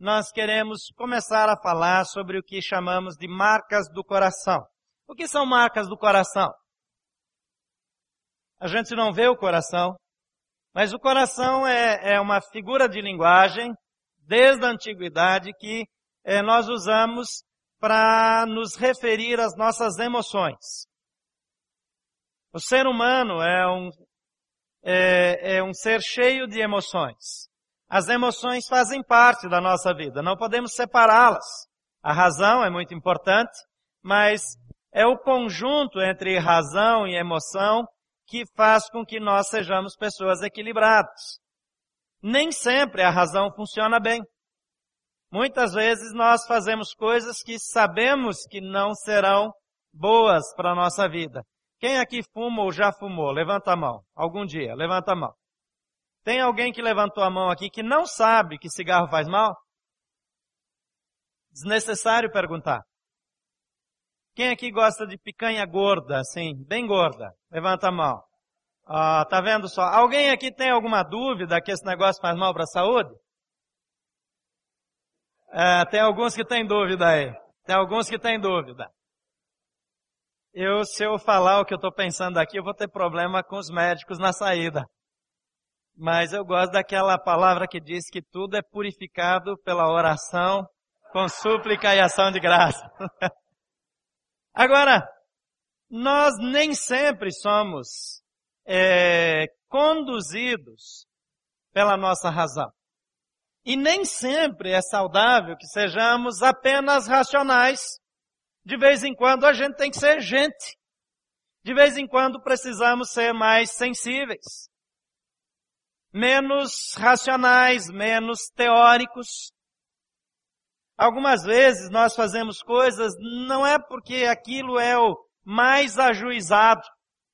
nós queremos começar a falar sobre o que chamamos de marcas do coração. O que são marcas do coração? A gente não vê o coração, mas o coração é uma figura de linguagem, desde a antiguidade, que nós usamos para nos referir às nossas emoções. O ser humano é um ser cheio de emoções. As emoções fazem parte da nossa vida, não podemos separá-las. A razão é muito importante, mas é o conjunto entre razão e emoção que faz com que nós sejamos pessoas equilibradas. Nem sempre a razão funciona bem. Muitas vezes nós fazemos coisas que sabemos que não serão boas para a nossa vida. Quem aqui fuma ou já fumou? Levanta a mão. Algum dia, levanta a mão. Tem alguém que levantou a mão aqui que não sabe que cigarro faz mal? Desnecessário perguntar. Quem aqui gosta de picanha gorda, assim, bem gorda? Levanta a mão. Tá vendo só? Alguém aqui tem alguma dúvida que esse negócio faz mal para a saúde? Tem alguns que têm dúvida aí. Tem alguns que têm dúvida. Se eu falar o que eu estou pensando aqui, eu vou ter problema com os médicos na saída. Mas eu gosto daquela palavra que diz que tudo é purificado pela oração, com súplica e ação de graça. Agora, nós nem sempre somos conduzidos pela nossa razão. E nem sempre é saudável que sejamos apenas racionais. De vez em quando a gente tem que ser gente. De vez em quando precisamos ser mais sensíveis. Menos racionais, menos teóricos. Algumas vezes nós fazemos coisas não é porque aquilo é o mais ajuizado.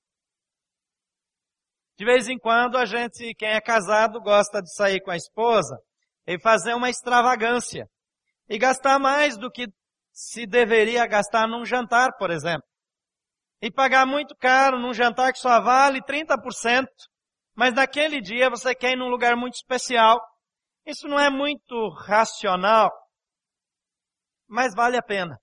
De vez em quando a gente, quem é casado, gosta de sair com a esposa e fazer uma extravagância. E gastar mais do que se deveria gastar num jantar, por exemplo. E pagar muito caro num jantar que só vale 30%. Mas naquele dia você quer ir num lugar muito especial. Isso não é muito racional, mas vale a pena.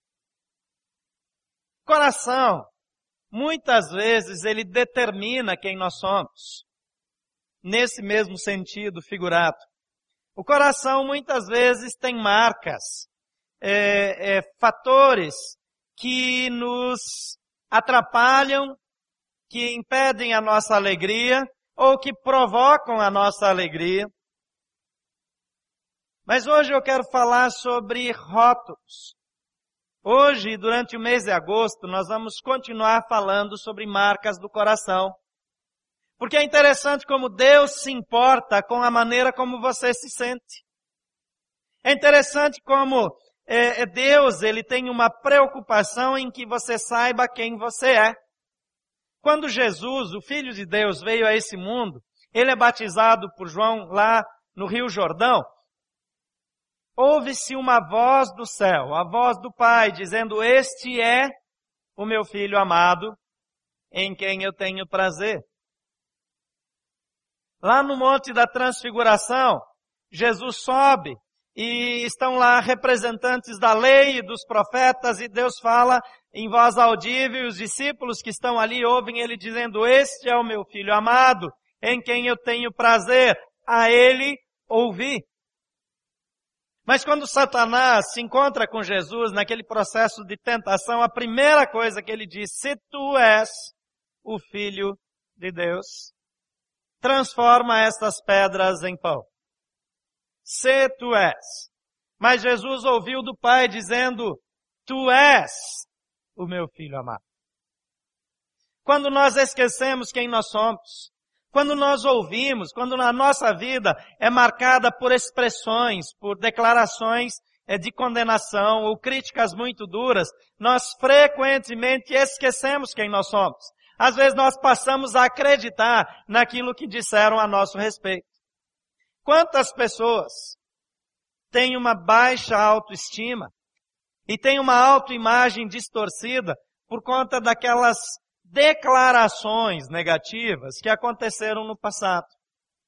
Coração, muitas vezes ele determina quem nós somos. Nesse mesmo sentido figurado. O coração muitas vezes tem marcas, fatores que nos atrapalham, que impedem a nossa alegria ou que provocam a nossa alegria. Mas hoje eu quero falar sobre rótulos. Hoje, durante o mês de agosto, nós vamos continuar falando sobre marcas do coração. Porque é interessante como Deus se importa com a maneira como você se sente. É interessante como Deus ele tem uma preocupação em que você saiba quem você é. Quando Jesus, o Filho de Deus, veio a esse mundo, ele é batizado por João lá no Rio Jordão. Ouve-se uma voz do céu, a voz do Pai, dizendo, este é o meu Filho amado, em quem eu tenho prazer. Lá no Monte da Transfiguração, Jesus sobe e estão lá representantes da lei e dos profetas e Deus fala em voz audível e os discípulos que estão ali ouvem ele dizendo, este é o meu Filho amado, em quem eu tenho prazer, a ele ouvi. Mas quando Satanás se encontra com Jesus naquele processo de tentação, a primeira coisa que ele diz, se tu és o Filho de Deus, transforma estas pedras em pão. Se tu és. Mas Jesus ouviu do Pai dizendo, tu és o meu Filho amado. Quando nós esquecemos quem nós somos, quando nós ouvimos, quando a nossa vida é marcada por expressões, por declarações de condenação ou críticas muito duras, nós frequentemente esquecemos quem nós somos. Às vezes nós passamos a acreditar naquilo que disseram a nosso respeito. Quantas pessoas têm uma baixa autoestima e têm uma autoimagem distorcida por conta daquelas declarações negativas que aconteceram no passado.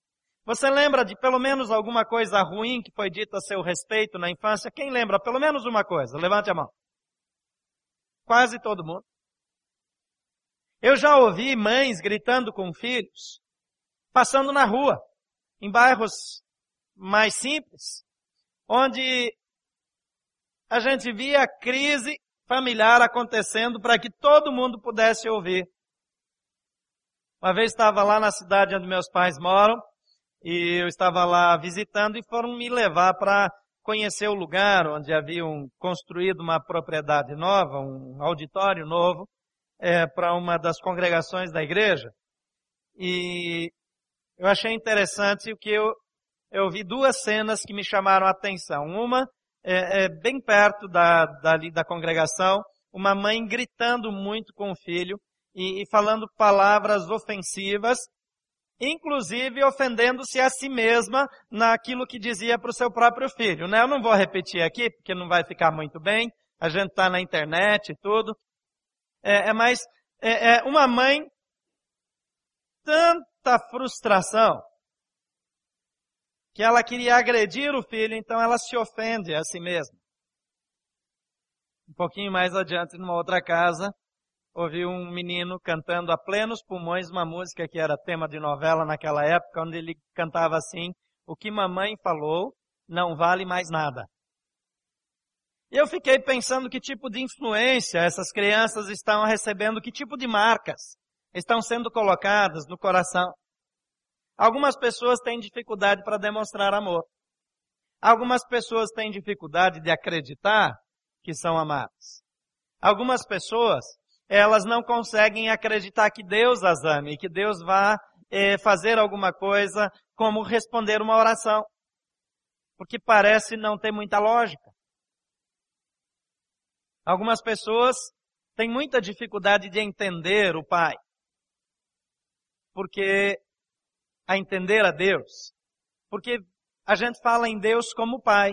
Você lembra de pelo menos alguma coisa ruim que foi dita a seu respeito na infância? Quem lembra pelo menos uma coisa? Levante a mão. Quase todo mundo. Eu já ouvi mães gritando com filhos, passando na rua, em bairros mais simples, onde a gente via a crise familiar acontecendo para que todo mundo pudesse ouvir. Uma vez estava lá na cidade onde meus pais moram, e eu estava lá visitando e foram me levar para conhecer o lugar onde haviam construído uma propriedade nova, um auditório novo, para uma das congregações da igreja. E eu achei interessante o que eu vi duas cenas que me chamaram a atenção. Uma bem perto dali da congregação, uma mãe gritando muito com o filho e falando palavras ofensivas, inclusive ofendendo-se a si mesma naquilo que dizia para o seu próprio filho, né? Eu não vou repetir aqui, porque não vai ficar muito bem, a gente está na internet e tudo. Mas uma mãe, tanta frustração, que ela queria agredir o filho, então ela se ofende a si mesma. Um pouquinho mais adiante, numa outra casa, ouvi um menino cantando a plenos pulmões uma música que era tema de novela naquela época, onde ele cantava assim: o que mamãe falou não vale mais nada. E eu fiquei pensando que tipo de influência essas crianças estão recebendo, que tipo de marcas estão sendo colocadas no coração. Algumas pessoas têm dificuldade para demonstrar amor. Algumas pessoas têm dificuldade de acreditar que são amadas. Algumas pessoas, elas não conseguem acreditar que Deus as ame e que Deus vá fazer alguma coisa como responder uma oração. Porque parece não ter muita lógica. Algumas pessoas têm muita dificuldade de entender o Pai. A entender a Deus. Porque a gente fala em Deus como Pai.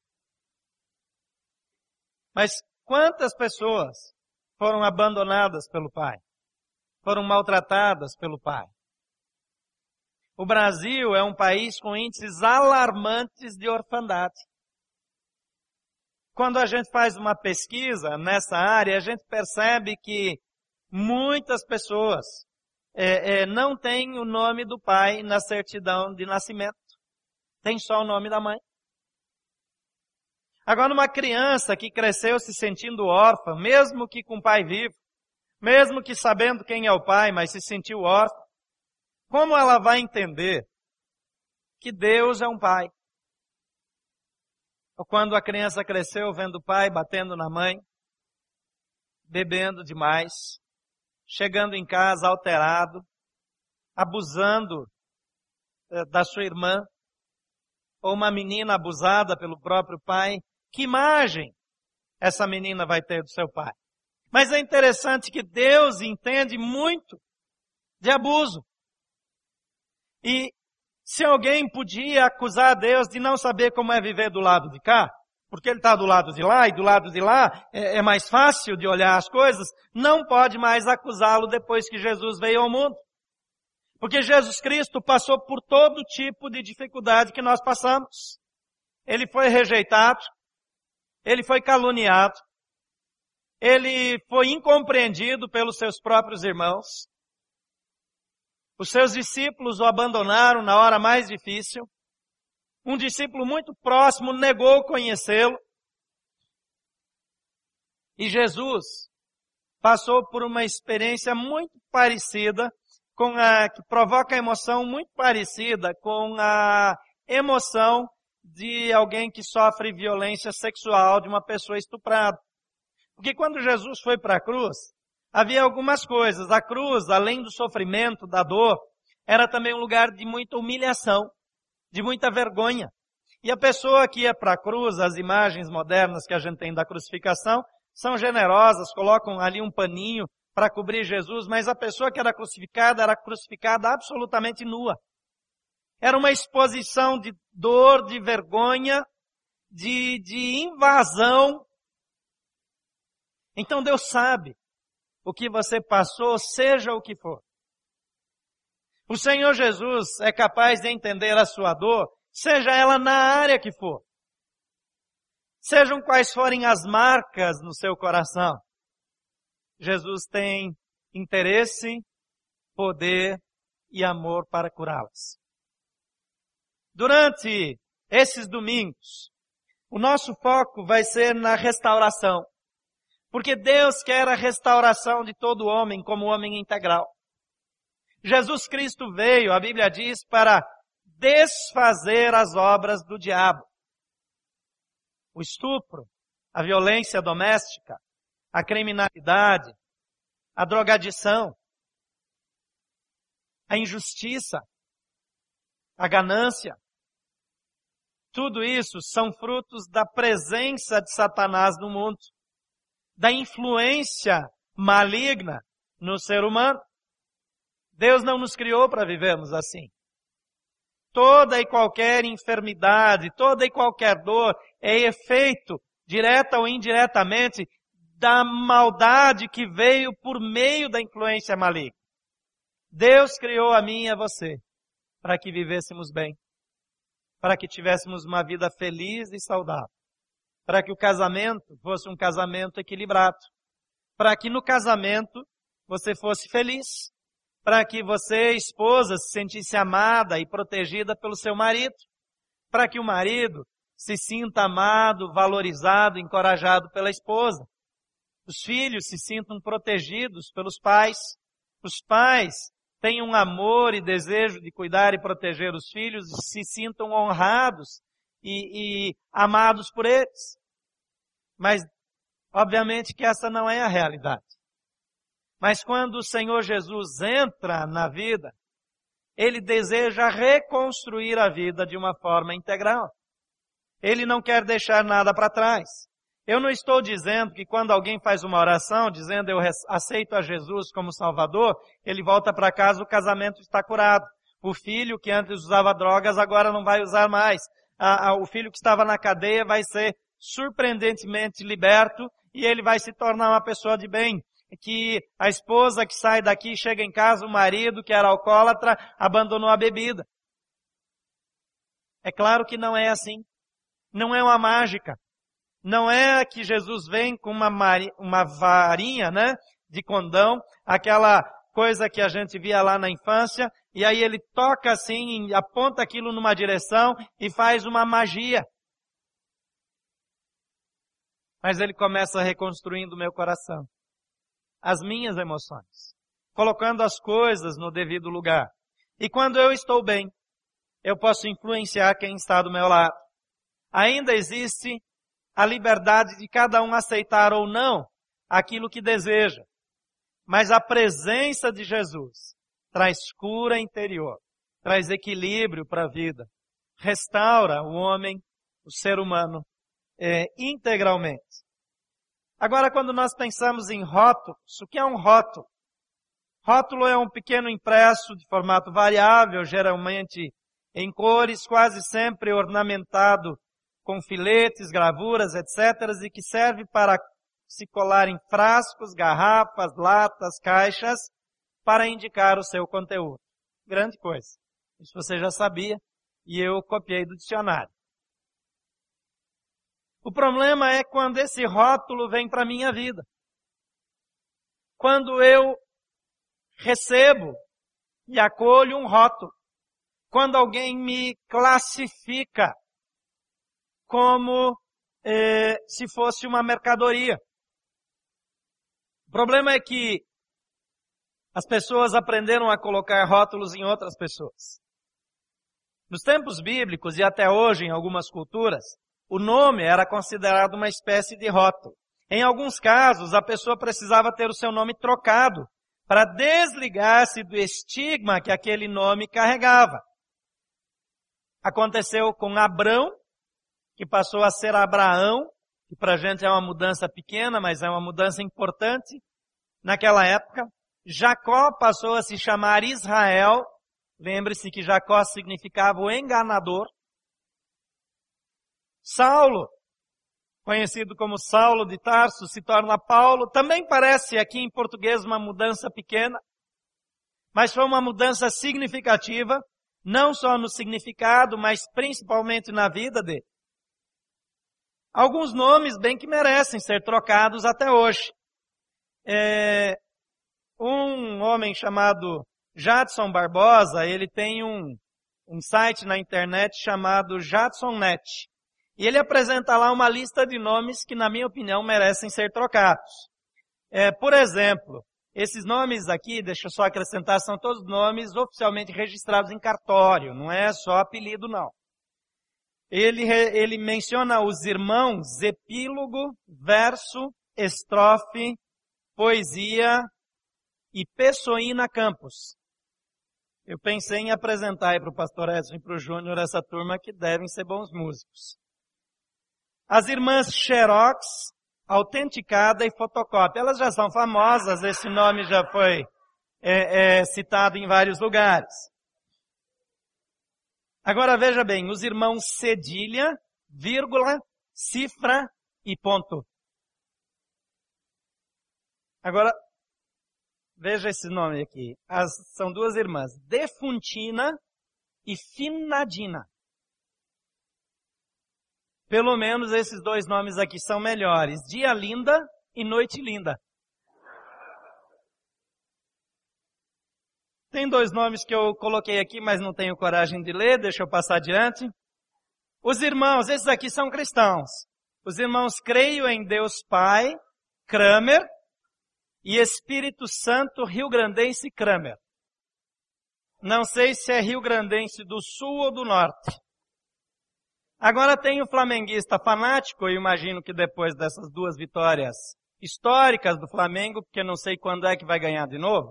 Mas quantas pessoas foram abandonadas pelo Pai? Foram maltratadas pelo Pai? O Brasil é um país com índices alarmantes de orfandade. Quando a gente faz uma pesquisa nessa área, a gente percebe que muitas pessoas não têm o nome do pai na certidão de nascimento. Tem só o nome da mãe. Agora, uma criança que cresceu se sentindo órfã, mesmo que com pai vivo, mesmo que sabendo quem é o pai, mas se sentiu órfã, como ela vai entender que Deus é um pai? Ou quando a criança cresceu vendo o pai batendo na mãe, bebendo demais, chegando em casa alterado, abusando da sua irmã, ou uma menina abusada pelo próprio pai, que imagem essa menina vai ter do seu pai? Mas é interessante que Deus entende muito de abuso. E se alguém podia acusar Deus de não saber como é viver do lado de cá, porque ele está do lado de lá, e do lado de lá é mais fácil de olhar as coisas, não pode mais acusá-lo depois que Jesus veio ao mundo. Porque Jesus Cristo passou por todo tipo de dificuldade que nós passamos. Ele foi rejeitado, ele foi caluniado, ele foi incompreendido pelos seus próprios irmãos. Os seus discípulos o abandonaram na hora mais difícil. Um discípulo muito próximo negou conhecê-lo. E Jesus passou por uma experiência muito parecida que provoca emoção muito parecida com a emoção de alguém que sofre violência sexual de uma pessoa estuprada. Porque quando Jesus foi para a cruz, havia algumas coisas. A cruz, além do sofrimento, da dor, era também um lugar de muita humilhação, de muita vergonha. E a pessoa que ia para a cruz, as imagens modernas que a gente tem da crucificação, são generosas, colocam ali um paninho para cobrir Jesus, mas a pessoa que era crucificada absolutamente nua. Era uma exposição de dor, de vergonha, de invasão. Então Deus sabe o que você passou, seja o que for. O Senhor Jesus é capaz de entender a sua dor, seja ela na área que for. Sejam quais forem as marcas no seu coração. Jesus tem interesse, poder e amor para curá-las. Durante esses domingos, o nosso foco vai ser na restauração. Porque Deus quer a restauração de todo homem como homem integral. Jesus Cristo veio, a Bíblia diz, para desfazer as obras do diabo. O estupro, a violência doméstica, a criminalidade, a drogadição, a injustiça, a ganância. Tudo isso são frutos da presença de Satanás no mundo, da influência maligna no ser humano. Deus não nos criou para vivermos assim. Toda e qualquer enfermidade, toda e qualquer dor é efeito, direta ou indiretamente, da maldade que veio por meio da influência maligna. Deus criou a mim e a você para que vivêssemos bem, para que tivéssemos uma vida feliz e saudável, para que o casamento fosse um casamento equilibrado, para que no casamento você fosse feliz, para que você, esposa, se sentisse amada e protegida pelo seu marido, para que o marido se sinta amado, valorizado, encorajado pela esposa. Os filhos se sintam protegidos pelos pais. Os pais tenham amor e desejo de cuidar e proteger os filhos e se sintam honrados e amados por eles. Mas, obviamente que essa não é a realidade. Mas quando o Senhor Jesus entra na vida, Ele deseja reconstruir a vida de uma forma integral. Ele não quer deixar nada para trás. Eu não estou dizendo que quando alguém faz uma oração, dizendo eu aceito a Jesus como Salvador, ele volta para casa, o casamento está curado. O filho que antes usava drogas agora não vai usar mais. O filho que estava na cadeia vai ser surpreendentemente liberto e ele vai se tornar uma pessoa de bem. Que a esposa que sai daqui, chega em casa, o marido que era alcoólatra, abandonou a bebida. É claro que não é assim. Não é uma mágica. Não é que Jesus vem com uma varinha, né, de condão, aquela coisa que a gente via lá na infância, e aí ele toca assim, aponta aquilo numa direção e faz uma magia. Mas ele começa reconstruindo o meu coração, as minhas emoções, colocando as coisas no devido lugar. E quando eu estou bem, eu posso influenciar quem está do meu lado. Ainda existe a liberdade de cada um aceitar ou não aquilo que deseja. Mas a presença de Jesus traz cura interior, traz equilíbrio para a vida, restaura o homem, o ser humano, integralmente. Agora, quando nós pensamos em rótulos, o que é um rótulo? Rótulo é um pequeno impresso de formato variável, geralmente em cores, quase sempre ornamentado com filetes, gravuras, etc., e que serve para se colar em frascos, garrafas, latas, caixas, para indicar o seu conteúdo. Grande coisa. Isso você já sabia, e eu copiei do dicionário. O problema é quando esse rótulo vem para a minha vida. Quando eu recebo e acolho um rótulo. Quando alguém me classifica como se fosse uma mercadoria. O problema é que as pessoas aprenderam a colocar rótulos em outras pessoas. Nos tempos bíblicos e até hoje em algumas culturas, o nome era considerado uma espécie de rótulo. Em alguns casos, a pessoa precisava ter o seu nome trocado para desligar-se do estigma que aquele nome carregava. Aconteceu com Abrão, que passou a ser Abraão, que para a gente é uma mudança pequena, mas é uma mudança importante. Naquela época, Jacó passou a se chamar Israel. Lembre-se que Jacó significava o enganador. Saulo, conhecido como Saulo de Tarso, se torna Paulo. Também parece aqui em português uma mudança pequena. mas foi uma mudança significativa, não só no significado, mas principalmente na vida dele. Alguns nomes bem que merecem ser trocados até hoje. Um homem chamado Jadson Barbosa, ele tem um site na internet chamado JadsonNet. E ele apresenta lá uma lista de nomes que, na minha opinião, merecem ser trocados. Por exemplo, esses nomes aqui, deixa eu só acrescentar, são todos nomes oficialmente registrados em cartório, não é só apelido, não. Ele menciona os irmãos epílogo, verso, estrofe, poesia e Pessoína Campos. Eu pensei em apresentar aí para o pastor Edson e para o Júnior essa turma que devem ser bons músicos. As irmãs Xerox, Autenticada e Fotocópia. Elas já são famosas, esse nome já foi citado em vários lugares. Agora veja bem, os irmãos Cedilha, vírgula, cifra e ponto. Agora, veja esse nome aqui. São duas irmãs, Defuntina e Finadina. Pelo menos esses dois nomes aqui são melhores. Dia Linda e Noite Linda. Tem dois nomes que eu coloquei aqui, mas não tenho coragem de ler. Deixa eu passar adiante. Os irmãos, esses aqui são cristãos. Os irmãos Creio em Deus Pai, Kramer, e Espírito Santo Rio-Grandense Kramer. Não sei se é Rio-Grandense do Sul ou do Norte. Agora tem o flamenguista fanático, eu imagino que depois dessas duas vitórias históricas do Flamengo, porque não sei quando é que vai ganhar de novo,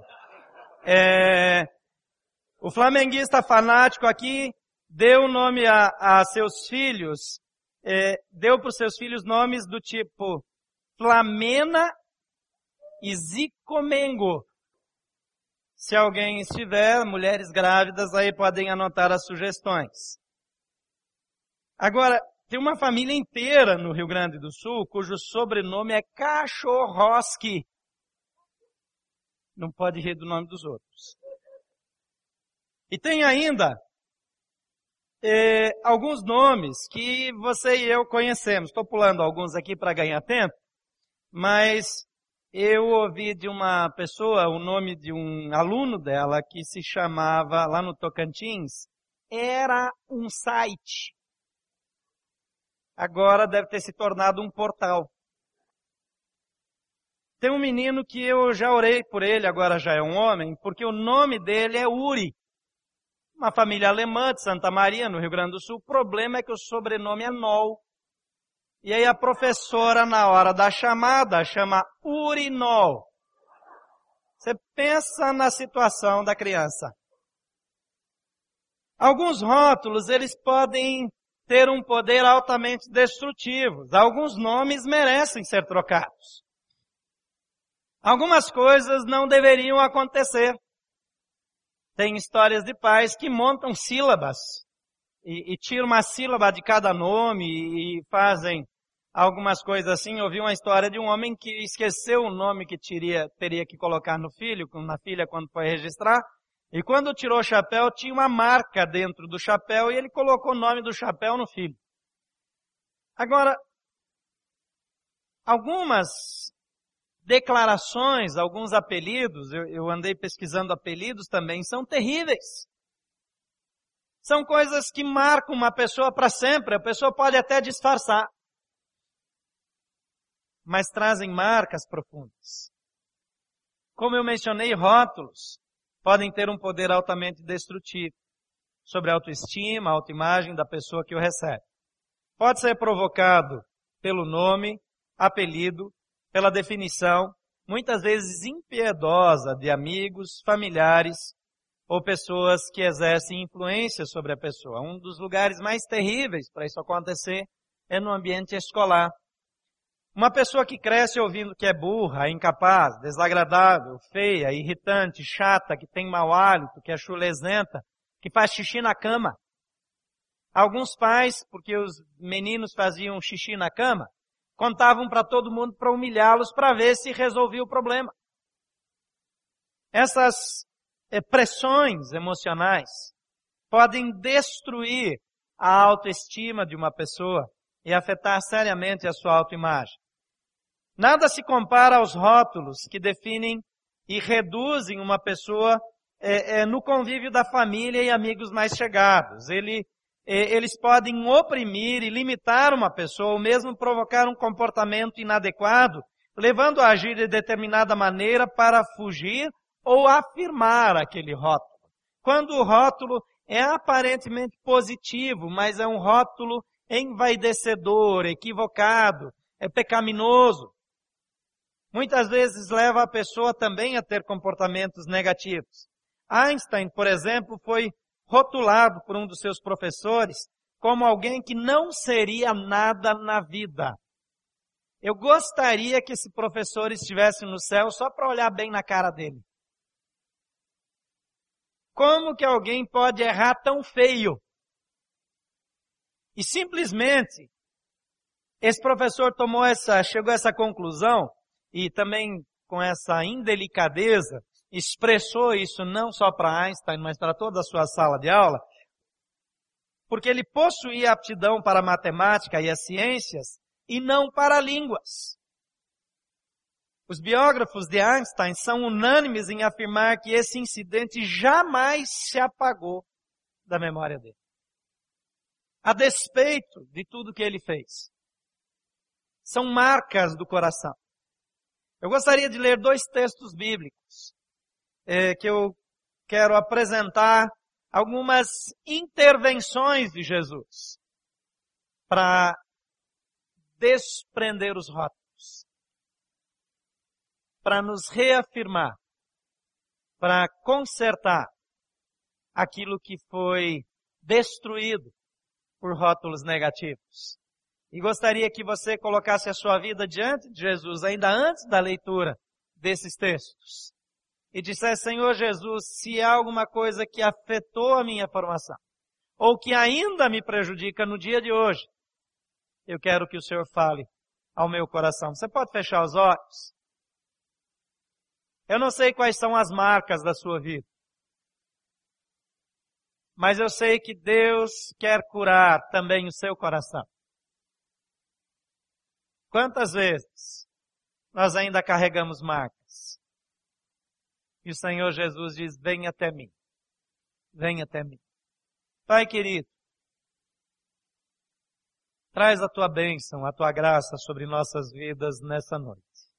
o flamenguista fanático aqui deu nome a seus filhos, deu para os seus filhos nomes do tipo Flamena e Zicomengo. Se alguém estiver, mulheres grávidas, aí podem anotar as sugestões. Agora, tem uma família inteira no Rio Grande do Sul, cujo sobrenome é Cachorroski. Não pode rir do nome dos outros. E tem ainda alguns nomes que você e eu conhecemos. Estou pulando alguns aqui para ganhar tempo, mas eu ouvi de uma pessoa o nome de um aluno dela que se chamava, lá no Tocantins, Era um Site. Agora deve ter se tornado um portal. Tem um menino que eu já orei por ele, agora já é um homem, porque o nome dele é Uri. Uma família alemã de Santa Maria, no Rio Grande do Sul. O problema é que o sobrenome é Noll. E aí a professora, na hora da chamada, chama Urinol. Você pensa na situação da criança. Alguns rótulos, eles podem ter um poder altamente destrutivo. Alguns nomes merecem ser trocados. Algumas coisas não deveriam acontecer. Tem histórias de pais que montam sílabas e tiram uma sílaba de cada nome e fazem algumas coisas assim. Eu vi uma história de um homem que esqueceu o nome que teria que colocar no filho, na filha quando foi registrar. E quando tirou o chapéu, tinha uma marca dentro do chapéu e ele colocou o nome do chapéu no filho. Agora, algumas declarações, alguns apelidos, eu andei pesquisando apelidos também, são terríveis. São coisas que marcam uma pessoa para sempre. A pessoa pode até disfarçar, mas trazem marcas profundas. Como eu mencionei, rótulos podem ter um poder altamente destrutivo sobre a autoestima, a autoimagem da pessoa que o recebe. Pode ser provocado pelo nome, apelido, pela definição, muitas vezes impiedosa de amigos, familiares ou pessoas que exercem influência sobre a pessoa. Um dos lugares mais terríveis para isso acontecer é no ambiente escolar. Uma pessoa que cresce ouvindo que é burra, incapaz, desagradável, feia, irritante, chata, que tem mau hálito, que é chulesenta, que faz xixi na cama. Alguns pais, porque os meninos faziam xixi na cama, contavam para todo mundo para humilhá-los para ver se resolvia o problema. Essas pressões emocionais podem destruir a autoestima de uma pessoa e afetar seriamente a sua autoimagem. Nada se compara aos rótulos que definem e reduzem uma pessoa no convívio da família e amigos mais chegados. Eles podem oprimir e limitar uma pessoa, ou mesmo provocar um comportamento inadequado, levando a agir de determinada maneira para fugir ou afirmar aquele rótulo. Quando o rótulo é aparentemente positivo, mas é um rótulo envaidecedor, equivocado, é pecaminoso, muitas vezes leva a pessoa também a ter comportamentos negativos. Einstein, por exemplo, foi rotulado por um dos seus professores como alguém que não seria nada na vida. Eu gostaria que esse professor estivesse no céu só para olhar bem na cara dele. Como que alguém pode errar tão feio? E simplesmente, esse professor chegou a essa conclusão, e também com essa indelicadeza, expressou isso não só para Einstein, mas para toda a sua sala de aula, porque ele possuía aptidão para a matemática e as ciências, e não para línguas. Os biógrafos de Einstein são unânimes em afirmar que esse incidente jamais se apagou da memória dele, a despeito de tudo que ele fez. São marcas do coração. Eu gostaria de ler 2 textos bíblicos que eu quero apresentar algumas intervenções de Jesus para desprender os rótulos, para nos reafirmar, para consertar aquilo que foi destruído por rótulos negativos. E gostaria que você colocasse a sua vida diante de Jesus, ainda antes da leitura desses textos. E dissesse: Senhor Jesus, se há alguma coisa que afetou a minha formação, ou que ainda me prejudica no dia de hoje, eu quero que o Senhor fale ao meu coração. Você pode fechar os olhos? Eu não sei quais são as marcas da sua vida, mas eu sei que Deus quer curar também o seu coração. Quantas vezes nós ainda carregamos marcas? E o Senhor Jesus diz: vem até mim. Vem até mim. Pai querido, traz a tua bênção, a tua graça sobre nossas vidas nessa noite.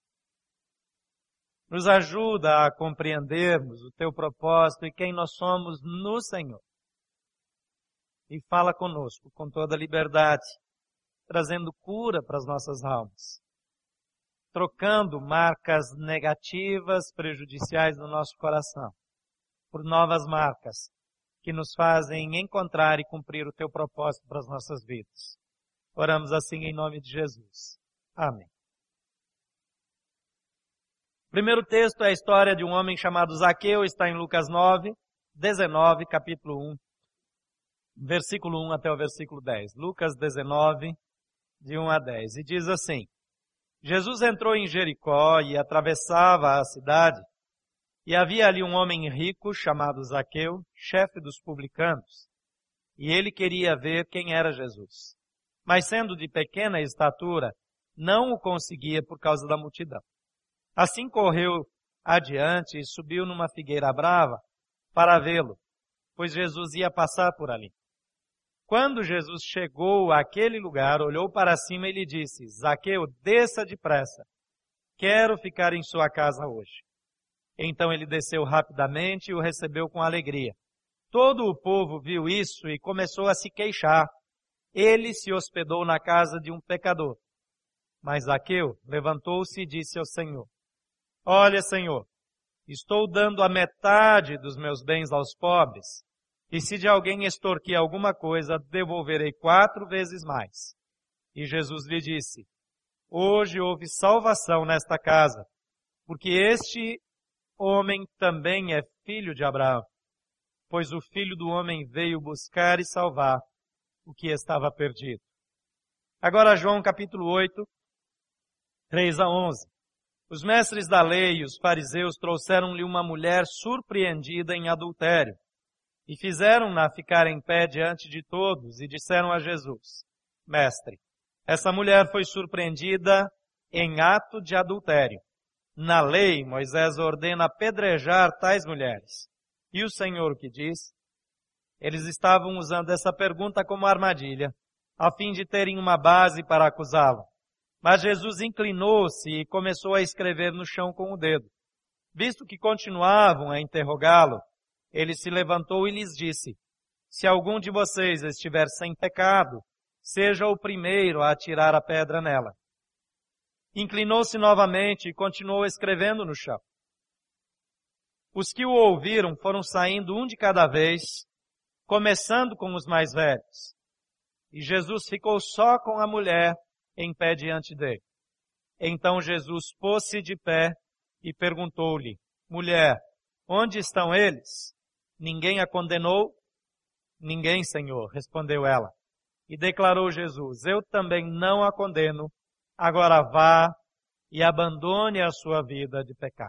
Nos ajuda a compreendermos o teu propósito e quem nós somos no Senhor. E fala conosco com toda liberdade, trazendo cura para as nossas almas, trocando marcas negativas, prejudiciais no nosso coração, por novas marcas que nos fazem encontrar e cumprir o teu propósito para as nossas vidas. Oramos assim em nome de Jesus. Amém. O primeiro texto é a história de um homem chamado Zaqueu, está em Lucas 9, 19, capítulo 1, versículo 1 até o versículo 10. Lucas 19, de 1 a 10. E diz assim: Jesus entrou em Jericó e atravessava a cidade, e havia ali um homem rico chamado Zaqueu, chefe dos publicanos, e ele queria ver quem era Jesus. Mas sendo de pequena estatura, não o conseguia por causa da multidão. Assim correu adiante e subiu numa figueira brava para vê-lo, pois Jesus ia passar por ali. Quando Jesus chegou àquele lugar, olhou para cima e lhe disse: Zaqueu, desça depressa, quero ficar em sua casa hoje. Então ele desceu rapidamente e o recebeu com alegria. Todo o povo viu isso e começou a se queixar. Ele se hospedou na casa de um pecador. Mas Zaqueu levantou-se e disse ao Senhor: Olha, Senhor, estou dando a metade dos meus bens aos pobres, e se de alguém extorquir alguma coisa, devolverei 4 vezes mais. E Jesus lhe disse: Hoje houve salvação nesta casa, porque este homem também é filho de Abraão, pois o Filho do Homem veio buscar e salvar o que estava perdido. Agora João capítulo 8, 3 a 11. Os mestres da lei e os fariseus trouxeram-lhe uma mulher surpreendida em adultério e fizeram-na ficar em pé diante de todos e disseram a Jesus: Mestre, essa mulher foi surpreendida em ato de adultério. Na lei, Moisés ordena apedrejar tais mulheres. E o Senhor o que diz? Eles estavam usando essa pergunta como armadilha, a fim de terem uma base para acusá-lo. Mas Jesus inclinou-se e começou a escrever no chão com o dedo. Visto que continuavam a interrogá-lo, ele se levantou e lhes disse: Se algum de vocês estiver sem pecado, seja o primeiro a atirar a pedra nela. Inclinou-se novamente e continuou escrevendo no chão. Os que o ouviram foram saindo um de cada vez, começando com os mais velhos. E Jesus ficou só com a mulher em pé diante dele. Então Jesus pôs-se de pé e perguntou-lhe: Mulher, onde estão eles? Ninguém a condenou? Ninguém, Senhor, respondeu ela. E declarou Jesus: Eu também não a condeno. Agora vá e abandone a sua vida de pecado.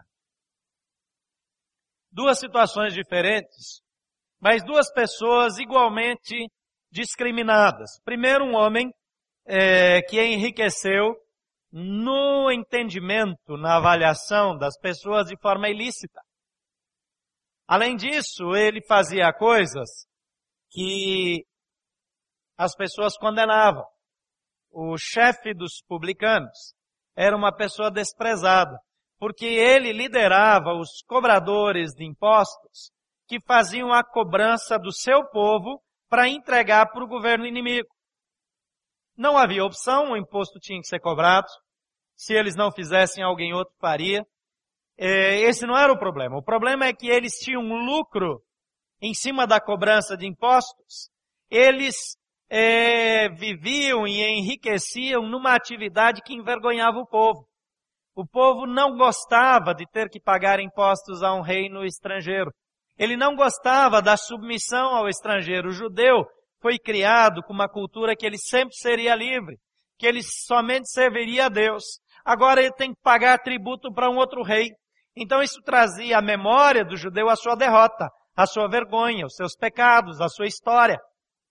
Duas situações diferentes, mas duas pessoas igualmente discriminadas. Primeiro, um homem que enriqueceu no entendimento, na avaliação das pessoas de forma ilícita. Além disso, ele fazia coisas que as pessoas condenavam. O chefe dos publicanos era uma pessoa desprezada, porque ele liderava os cobradores de impostos que faziam a cobrança do seu povo para entregar para o governo inimigo. Não havia opção, o imposto tinha que ser cobrado. Se eles não fizessem, alguém outro faria. Esse não era o problema. O problema é que eles tinham um lucro em cima da cobrança de impostos. Eles viviam e enriqueciam numa atividade que envergonhava o povo. O povo não gostava de ter que pagar impostos a um reino estrangeiro. Ele não gostava da submissão ao estrangeiro. O judeu foi criado com uma cultura que ele sempre seria livre, que ele somente serviria a Deus. Agora ele tem que pagar tributo para um outro rei. Então isso trazia à memória do judeu a sua derrota, a sua vergonha, os seus pecados, a sua história.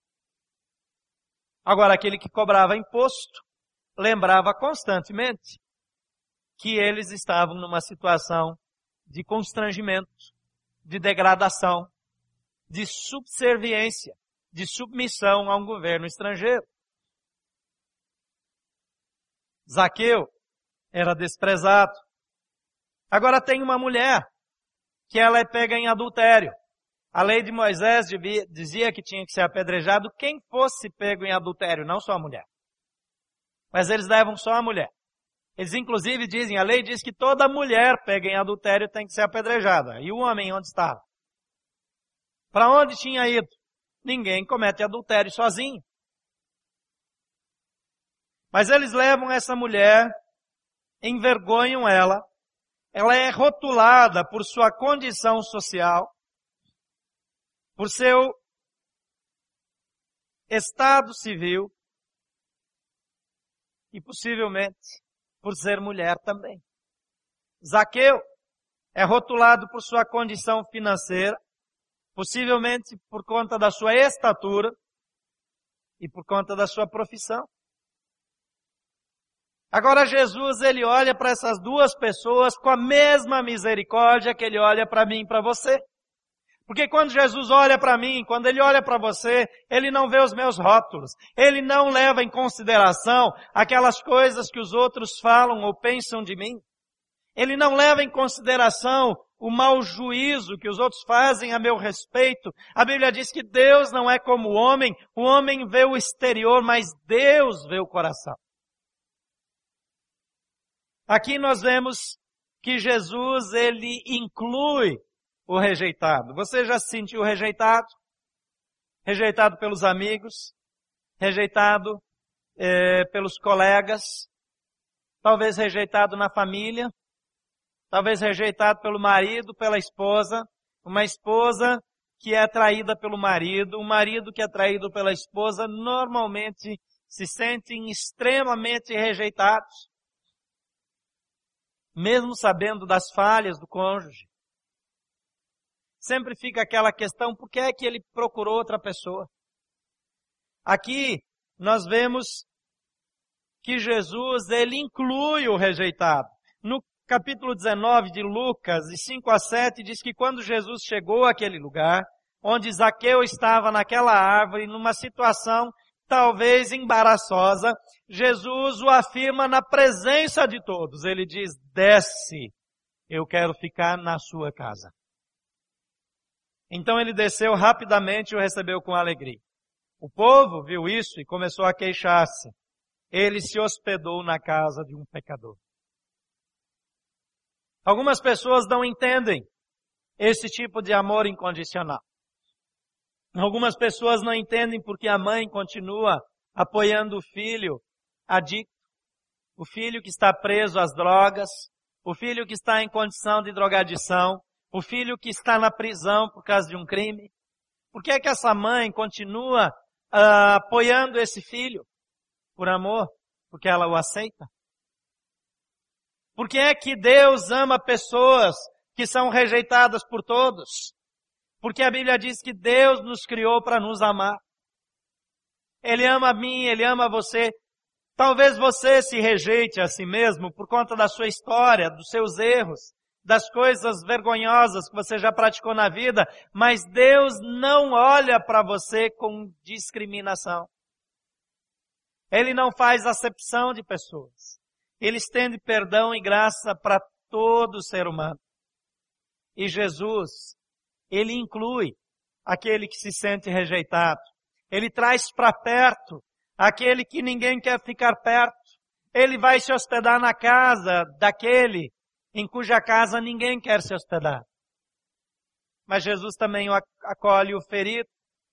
Agora aquele que cobrava imposto lembrava constantemente que eles estavam numa situação de constrangimento, de degradação, de subserviência, de submissão a um governo estrangeiro. Zaqueu era desprezado. Agora tem uma mulher que ela é pega em adultério. A lei de Moisés dizia que tinha que ser apedrejado quem fosse pego em adultério, não só a mulher. Mas eles levam só a mulher. Eles inclusive dizem, a lei diz que toda mulher pega em adultério tem que ser apedrejada. E o homem onde estava? Para onde tinha ido? Ninguém comete adultério sozinho. Mas eles levam essa mulher, envergonham ela é rotulada por sua condição social, por seu estado civil e possivelmente por ser mulher também. Zaqueu é rotulado por sua condição financeira, possivelmente por conta da sua estatura e por conta da sua profissão. Agora Jesus, ele olha para essas duas pessoas com a mesma misericórdia que ele olha para mim e para você. Porque quando Jesus olha para mim, quando ele olha para você, ele não vê os meus rótulos. Ele não leva em consideração aquelas coisas que os outros falam ou pensam de mim. Ele não leva em consideração o mau juízo que os outros fazem a meu respeito. A Bíblia diz que Deus não é como o homem vê o exterior, mas Deus vê o coração. Aqui nós vemos que Jesus, ele inclui o rejeitado. Você já se sentiu rejeitado? Rejeitado pelos amigos? Rejeitado pelos colegas? Talvez rejeitado na família? Talvez rejeitado pelo marido, pela esposa? Uma esposa que é traída pelo marido, um marido que é traído pela esposa, normalmente se sentem extremamente rejeitados. mesmo sabendo das falhas do cônjuge. Sempre fica aquela questão, por que é que ele procurou outra pessoa? Aqui nós vemos que Jesus, ele inclui o rejeitado. No capítulo 19 de Lucas, de 5 a 7, diz que quando Jesus chegou àquele lugar, onde Zaqueu estava naquela árvore, numa situação talvez embaraçosa, Jesus o afirma na presença de todos. Ele diz, desce, eu quero ficar na sua casa. Então ele desceu rapidamente e o recebeu com alegria. O povo viu isso e começou a queixar-se. Ele se hospedou na casa de um pecador. Algumas pessoas não entendem esse tipo de amor incondicional. Algumas pessoas não entendem porque a mãe continua apoiando o filho adicto, o filho que está preso às drogas, o filho que está em condição de drogadição, o filho que está na prisão por causa de um crime. Por que é que essa mãe continua apoiando esse filho? Por amor? Porque ela o aceita? Por que é que Deus ama pessoas que são rejeitadas por todos? Porque a Bíblia diz que Deus nos criou para nos amar. Ele ama a mim, Ele ama você. Talvez você se rejeite a si mesmo por conta da sua história, dos seus erros, das coisas vergonhosas que você já praticou na vida, mas Deus não olha para você com discriminação. Ele não faz acepção de pessoas. Ele estende perdão e graça para todo ser humano. E Jesus, Ele inclui aquele que se sente rejeitado. Ele traz para perto aquele que ninguém quer ficar perto. Ele vai se hospedar na casa daquele em cuja casa ninguém quer se hospedar. Mas Jesus também acolhe o ferido.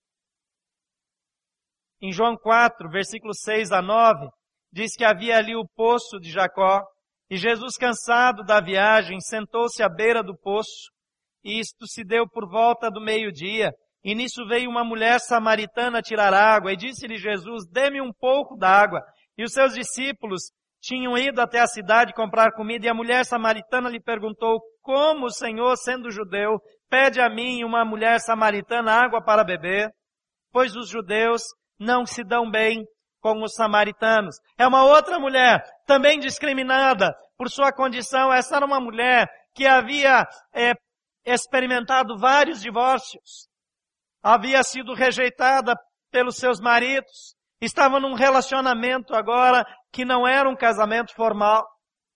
Em João 4, versículos 6 a 9, diz que havia ali o poço de Jacó, e Jesus, cansado da viagem, sentou-se à beira do poço, e isto se deu por volta do meio-dia, e nisso veio uma mulher samaritana tirar água, e disse-lhe Jesus, dê-me um pouco d'água. E os seus discípulos tinham ido até a cidade comprar comida, e a mulher samaritana lhe perguntou, como o Senhor, sendo judeu, pede a mim, uma mulher samaritana, água para beber? Pois os judeus não se dão bem com os samaritanos. É uma outra mulher, também discriminada por sua condição. Essa era uma mulher que havia experimentado vários divórcios. Havia sido rejeitada pelos seus maridos. Estava num relacionamento agora que não era um casamento formal.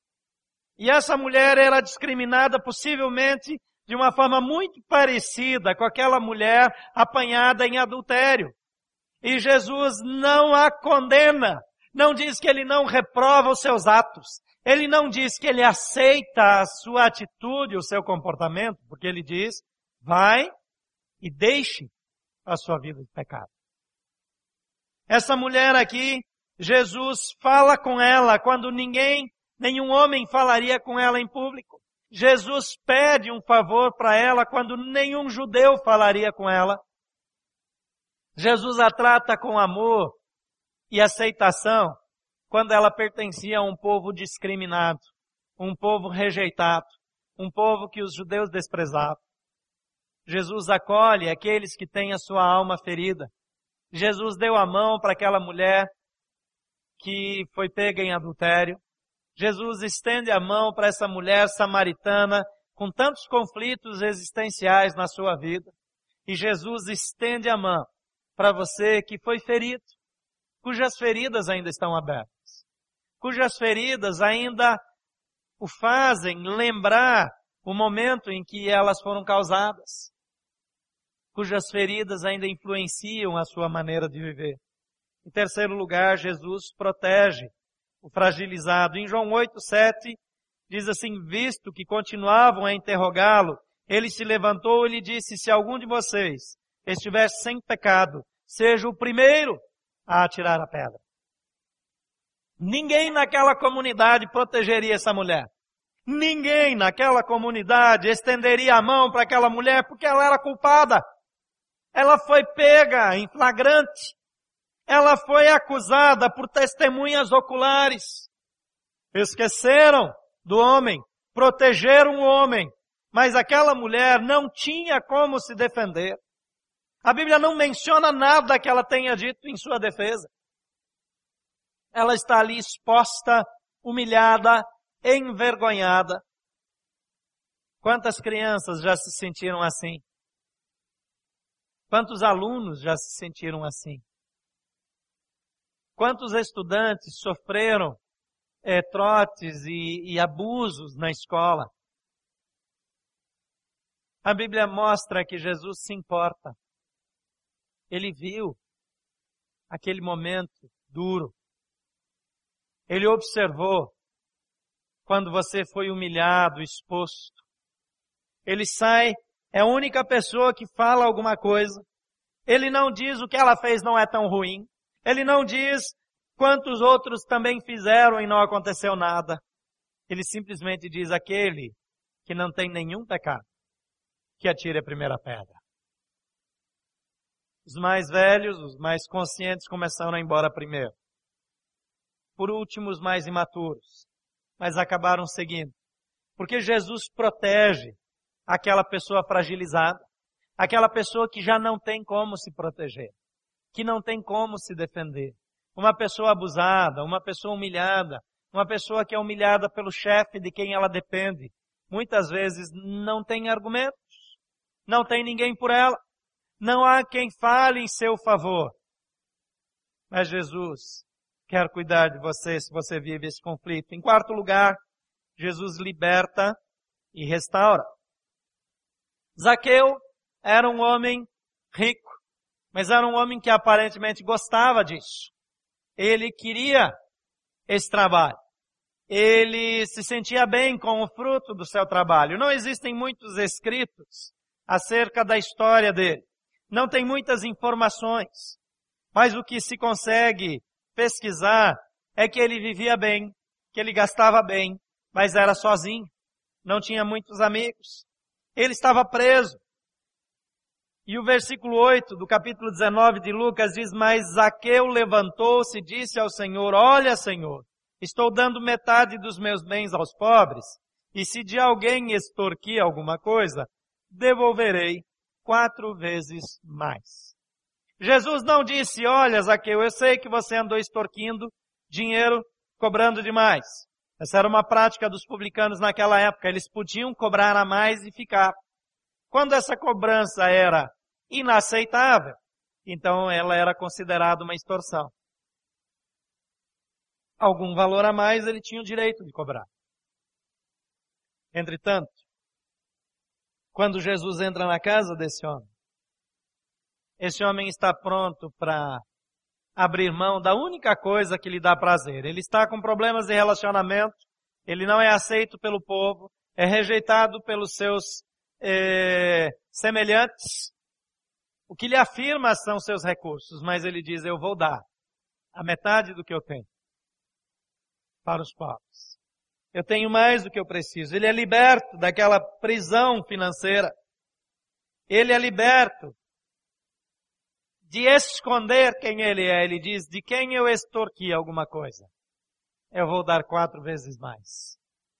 E essa mulher era discriminada possivelmente de uma forma muito parecida com aquela mulher apanhada em adultério. E Jesus não a condena. Não diz que Ele não reprova os seus atos. Ele não diz que Ele aceita a sua atitude, o seu comportamento, porque Ele diz, vai e deixe a sua vida de pecado. Essa mulher aqui, Jesus fala com ela quando nenhum homem falaria com ela em público. Jesus pede um favor para ela quando nenhum judeu falaria com ela. Jesus a trata com amor e aceitação quando ela pertencia a um povo discriminado, um povo rejeitado, um povo que os judeus desprezavam. Jesus acolhe aqueles que têm a sua alma ferida. Jesus deu a mão para aquela mulher que foi pega em adultério. Jesus estende a mão para essa mulher samaritana com tantos conflitos existenciais na sua vida. E Jesus estende a mão para você que foi ferido, cujas feridas ainda estão abertas, cujas feridas ainda o fazem lembrar o momento em que elas foram causadas, cujas feridas ainda influenciam a sua maneira de viver. Em terceiro lugar, Jesus protege o fragilizado. Em João 8:7, diz assim, visto que continuavam a interrogá-lo, ele se levantou e lhe disse, se algum de vocês estiver sem pecado, seja o primeiro a atirar a pedra. Ninguém naquela comunidade protegeria essa mulher. Ninguém naquela comunidade estenderia a mão para aquela mulher porque ela era culpada. Ela foi pega em flagrante. Ela foi acusada por testemunhas oculares. Esqueceram do homem proteger um homem, mas aquela mulher não tinha como se defender. A Bíblia não menciona nada que ela tenha dito em sua defesa. Ela está ali exposta, humilhada, envergonhada. Quantas crianças já se sentiram assim? Quantos alunos já se sentiram assim? Quantos estudantes sofreram trotes e abusos na escola? A Bíblia mostra que Jesus se importa. Ele viu aquele momento duro. Ele observou quando você foi humilhado, exposto. Ele sai, é a única pessoa que fala alguma coisa. Ele não diz o que ela fez não é tão ruim. Ele não diz quantos outros também fizeram e não aconteceu nada. Ele simplesmente diz aquele que não tem nenhum pecado, que atire a primeira pedra. Os mais velhos, os mais conscientes começaram a ir embora primeiro. Por último, os mais imaturos. Mas acabaram seguindo. Porque Jesus protege aquela pessoa fragilizada. Aquela pessoa que já não tem como se proteger. Que não tem como se defender. Uma pessoa abusada, uma pessoa humilhada. Uma pessoa que é humilhada pelo chefe de quem ela depende. Muitas vezes não tem argumentos. Não tem ninguém por ela. Não há quem fale em seu favor. Mas Jesus quer cuidar de você se você vive esse conflito. Em quarto lugar, Jesus liberta e restaura. Zaqueu era um homem rico, mas era um homem que aparentemente gostava disso. Ele queria esse trabalho. Ele se sentia bem com o fruto do seu trabalho. Não existem muitos escritos acerca da história dele. Não tem muitas informações. Mas o que se consegue pesquisar é que ele vivia bem, que ele gastava bem, mas era sozinho, não tinha muitos amigos. Ele estava preso. E o versículo 8 do capítulo 19 de Lucas diz, mas Zaqueu levantou-se e disse ao Senhor, olha, Senhor, estou dando metade dos meus bens aos pobres, e se de alguém extorquir alguma coisa, devolverei 4 vezes mais. Jesus não disse, olha, Zaqueu, eu sei que você andou extorquindo dinheiro, cobrando demais. Essa era uma prática dos publicanos naquela época. Eles podiam cobrar a mais e ficar. Quando essa cobrança era inaceitável, então ela era considerada uma extorsão. Algum valor a mais ele tinha o direito de cobrar. Entretanto, quando Jesus entra na casa desse homem, esse homem está pronto para abrir mão da única coisa que lhe dá prazer. Ele está com problemas de relacionamento, ele não é aceito pelo povo, é rejeitado pelos seus semelhantes. O que lhe afirma são seus recursos, mas ele diz, eu vou dar a metade do que eu tenho para os pobres. Eu tenho mais do que eu preciso. Ele é liberto daquela prisão financeira. Ele é liberto de esconder quem ele é. Ele diz, de quem eu extorqui alguma coisa, eu vou dar 4 vezes mais.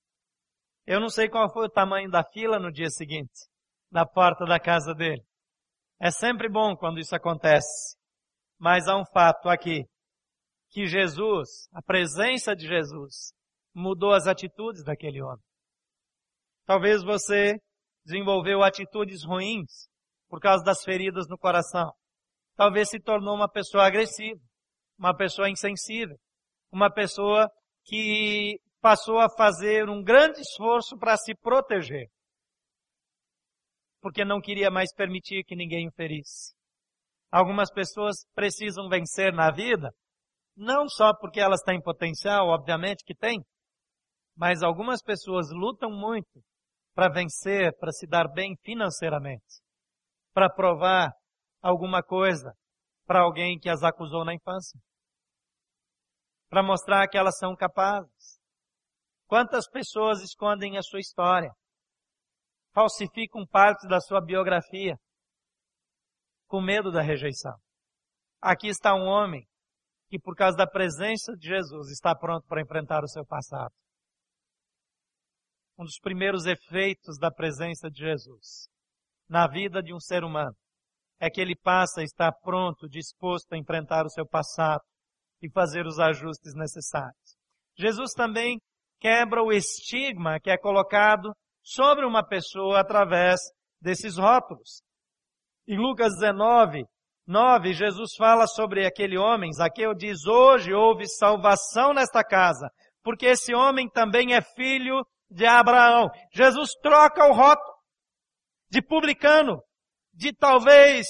Eu não sei qual foi o tamanho da fila no dia seguinte, na porta da casa dele. É sempre bom quando isso acontece. Mas há um fato aqui, que Jesus, a presença de Jesus, mudou as atitudes daquele homem. Talvez você desenvolveu atitudes ruins por causa das feridas no coração. Talvez se tornou uma pessoa agressiva, uma pessoa insensível, uma pessoa que passou a fazer um grande esforço para se proteger, porque não queria mais permitir que ninguém o ferisse. Algumas pessoas precisam vencer na vida, não só porque elas têm potencial, obviamente que têm, mas algumas pessoas lutam muito para vencer, para se dar bem financeiramente, para provar alguma coisa para alguém que as acusou na infância, para mostrar que elas são capazes. Quantas pessoas escondem a sua história, falsificam parte da sua biografia, com medo da rejeição. Aqui está um homem que, por causa da presença de Jesus, está pronto para enfrentar o seu passado. um dos primeiros efeitos da presença de Jesus na vida de um ser humano é que ele passa a estar pronto, disposto a enfrentar o seu passado e fazer os ajustes necessários. Jesus também quebra o estigma que é colocado sobre uma pessoa através desses rótulos. Em Lucas 19:9, Jesus fala sobre aquele homem, Zaqueu diz, hoje houve salvação nesta casa, porque esse homem também é filho de Abraão. Jesus troca o rótulo de publicano, de talvez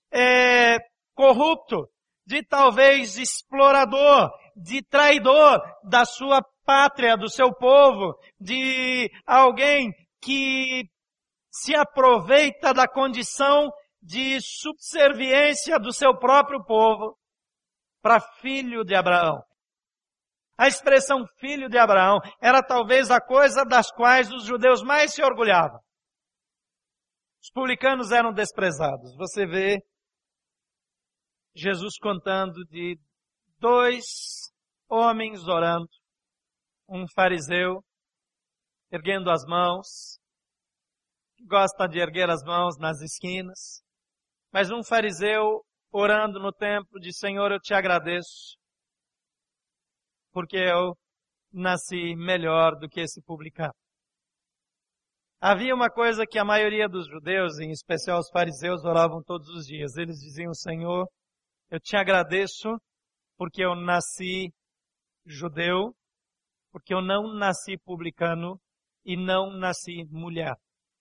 corrupto, de talvez explorador, de traidor da sua pátria, do seu povo, de alguém que se aproveita da condição de subserviência do seu próprio povo para filho de Abraão. A expressão filho de Abraão era talvez a coisa das quais os judeus mais se orgulhavam. Os publicanos eram desprezados. Você vê Jesus contando de 2 homens orando, um fariseu erguendo as mãos, que gosta de erguer as mãos nas esquinas, mas um fariseu orando no templo de Senhor, eu te agradeço, porque eu nasci melhor do que esse publicano. Havia uma coisa que a maioria dos judeus, em especial os fariseus, oravam todos os dias. Eles diziam, Senhor, eu te agradeço porque eu nasci judeu, porque eu não nasci publicano e não nasci mulher.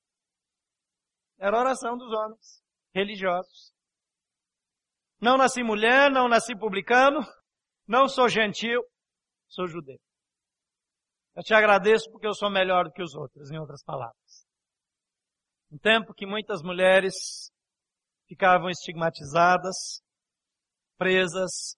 Era a oração dos homens religiosos. Não nasci mulher, não nasci publicano, não sou gentil, sou judeu. Eu te agradeço porque eu sou melhor do que os outros, em outras palavras. Um tempo que muitas mulheres ficavam estigmatizadas, presas,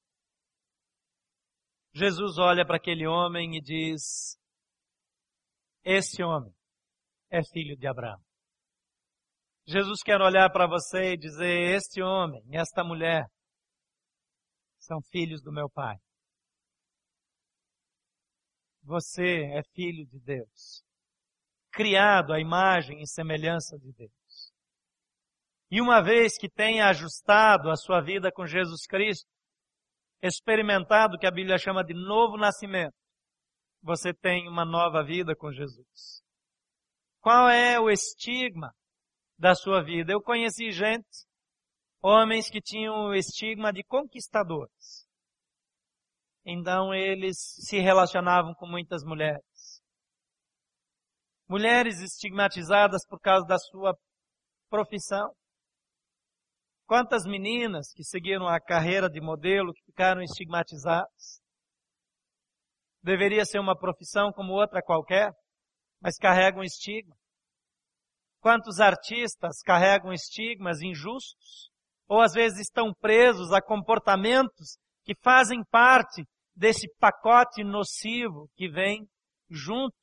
Jesus olha para aquele homem e diz, esse homem é filho de Abraão. Jesus quer olhar para você e dizer, este homem, esta mulher, são filhos do meu Pai. Você é filho de Deus, criado à imagem e semelhança de Deus. E uma vez que tenha ajustado a sua vida com Jesus Cristo, experimentado o que a Bíblia chama de novo nascimento, você tem uma nova vida com Jesus. Qual é o estigma da sua vida? Eu conheci gente, homens que tinham o estigma de conquistadores. Então eles se relacionavam com muitas mulheres. Mulheres estigmatizadas por causa da sua profissão. Quantas meninas que seguiram a carreira de modelo que ficaram estigmatizadas? Deveria ser uma profissão como outra qualquer, mas carregam estigma. Quantos artistas carregam estigmas injustos? Ou às vezes estão presos a comportamentos que fazem parte desse pacote nocivo que vem junto.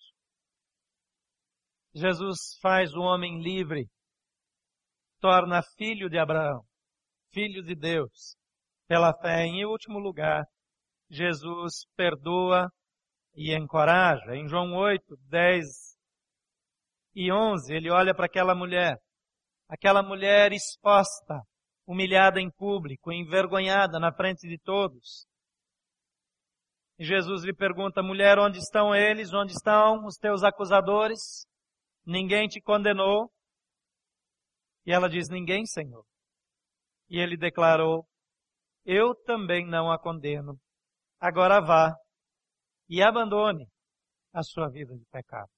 Jesus faz o homem livre, torna filho de Abraão, filho de Deus, pela fé. Em último lugar, Jesus perdoa e encoraja. Em João 8, 10 e 11, ele olha para aquela mulher exposta, humilhada em público, envergonhada na frente de todos. E Jesus lhe pergunta, mulher, onde estão eles? Onde estão os teus acusadores? Ninguém te condenou? E ela diz, ninguém, Senhor. E ele declarou, eu também não a condeno. Agora vá e abandone a sua vida de pecado.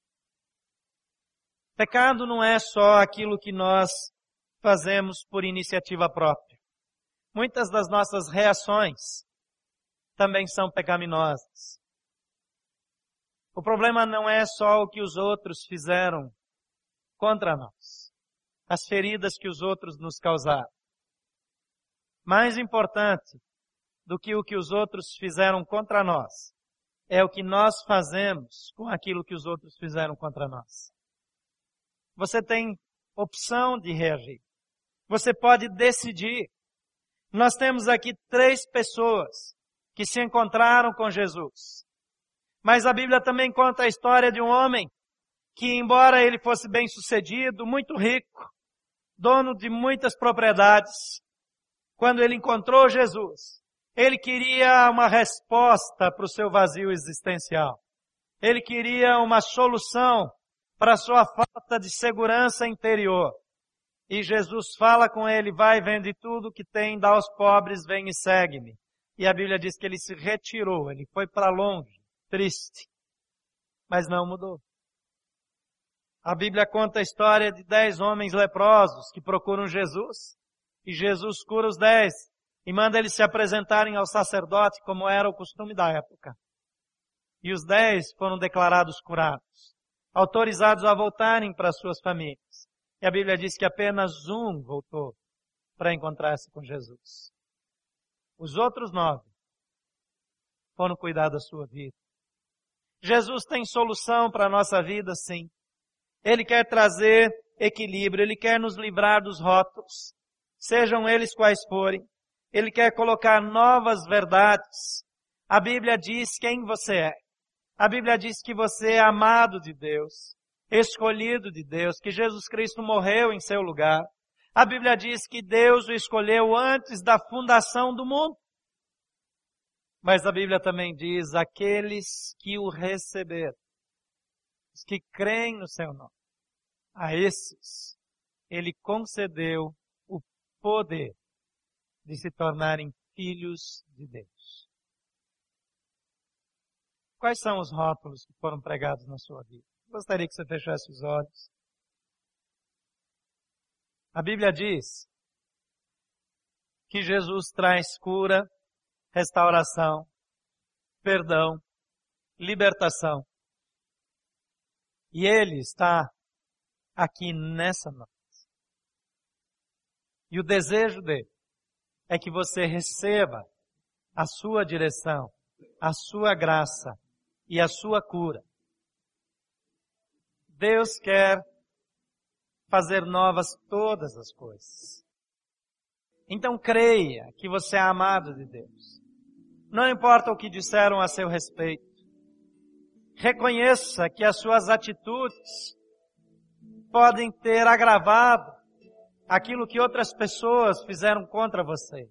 Pecado não é só aquilo que nós fazemos por iniciativa própria. Muitas das nossas reações também são pecaminosas. O problema não é só o que os outros fizeram contra nós, as feridas que os outros nos causaram. Mais importante do que o que os outros fizeram contra nós é o que nós fazemos com aquilo que os outros fizeram contra nós. Você tem opção de reagir. Você pode decidir. Nós temos aqui 3 pessoas que se encontraram com Jesus. Mas a Bíblia também conta a história de um homem que embora ele fosse bem-sucedido, muito rico, dono de muitas propriedades, quando ele encontrou Jesus, ele queria uma resposta para o seu vazio existencial. Ele queria uma solução para a sua falta de segurança interior. E Jesus fala com ele, vai, vende tudo que tem, dá aos pobres, vem e segue-me. E a Bíblia diz que ele se retirou, ele foi para longe, triste. Mas não mudou. A Bíblia conta a história de 10 homens leprosos que procuram Jesus. E Jesus cura os 10 e manda eles se apresentarem ao sacerdote, como era o costume da época. E os 10 foram declarados curados, autorizados a voltarem para suas famílias. E a Bíblia diz que apenas um voltou para encontrar-se com Jesus. Os outros 9 foram cuidar da sua vida. Jesus tem solução para a nossa vida, sim. Ele quer trazer equilíbrio, Ele quer nos livrar dos rótulos, sejam eles quais forem. Ele quer colocar novas verdades. A Bíblia diz quem você é. A Bíblia diz que você é amado de Deus, escolhido de Deus, que Jesus Cristo morreu em seu lugar. A Bíblia diz que Deus o escolheu antes da fundação do mundo. Mas a Bíblia também diz, aqueles que o receberam, os que creem no seu nome, a esses Ele concedeu o poder de se tornarem filhos de Deus. Quais são os rótulos que foram pregados na sua vida? Gostaria que você fechasse os olhos. A Bíblia diz que Jesus traz cura, restauração, perdão, libertação. E Ele está aqui nessa noite. E o desejo dele é que você receba a sua direção, a sua graça e a sua cura. Deus quer fazer novas todas as coisas. Então creia que você é amado de Deus. Não importa o que disseram a seu respeito. Reconheça que as suas atitudes podem ter agravado aquilo que outras pessoas fizeram contra você.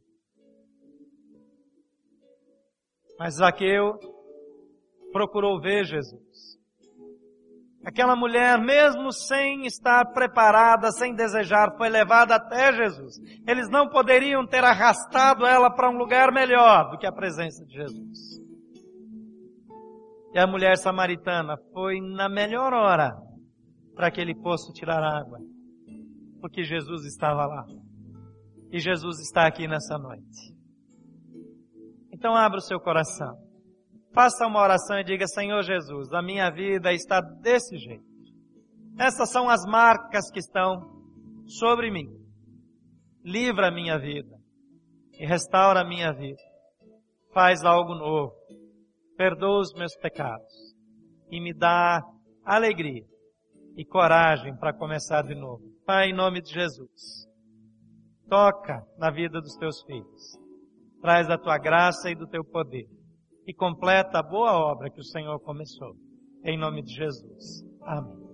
Mas Zaqueu procurou ver Jesus. Aquela mulher, mesmo sem estar preparada, sem desejar, foi levada até Jesus. Eles não poderiam ter arrastado ela para um lugar melhor do que a presença de Jesus. E a mulher samaritana foi na melhor hora para aquele poço tirar água, porque Jesus estava lá. E Jesus está aqui nessa noite. Então abra o seu coração. Faça uma oração e diga, Senhor Jesus, a minha vida está desse jeito. Essas são as marcas que estão sobre mim. Livra a minha vida e restaura a minha vida. Faz algo novo. Perdoa os meus pecados e me dá alegria e coragem para começar de novo. Pai, em nome de Jesus, toca na vida dos teus filhos. Traz a tua graça e do teu poder. E completa a boa obra que o Senhor começou. Em nome de Jesus. Amém.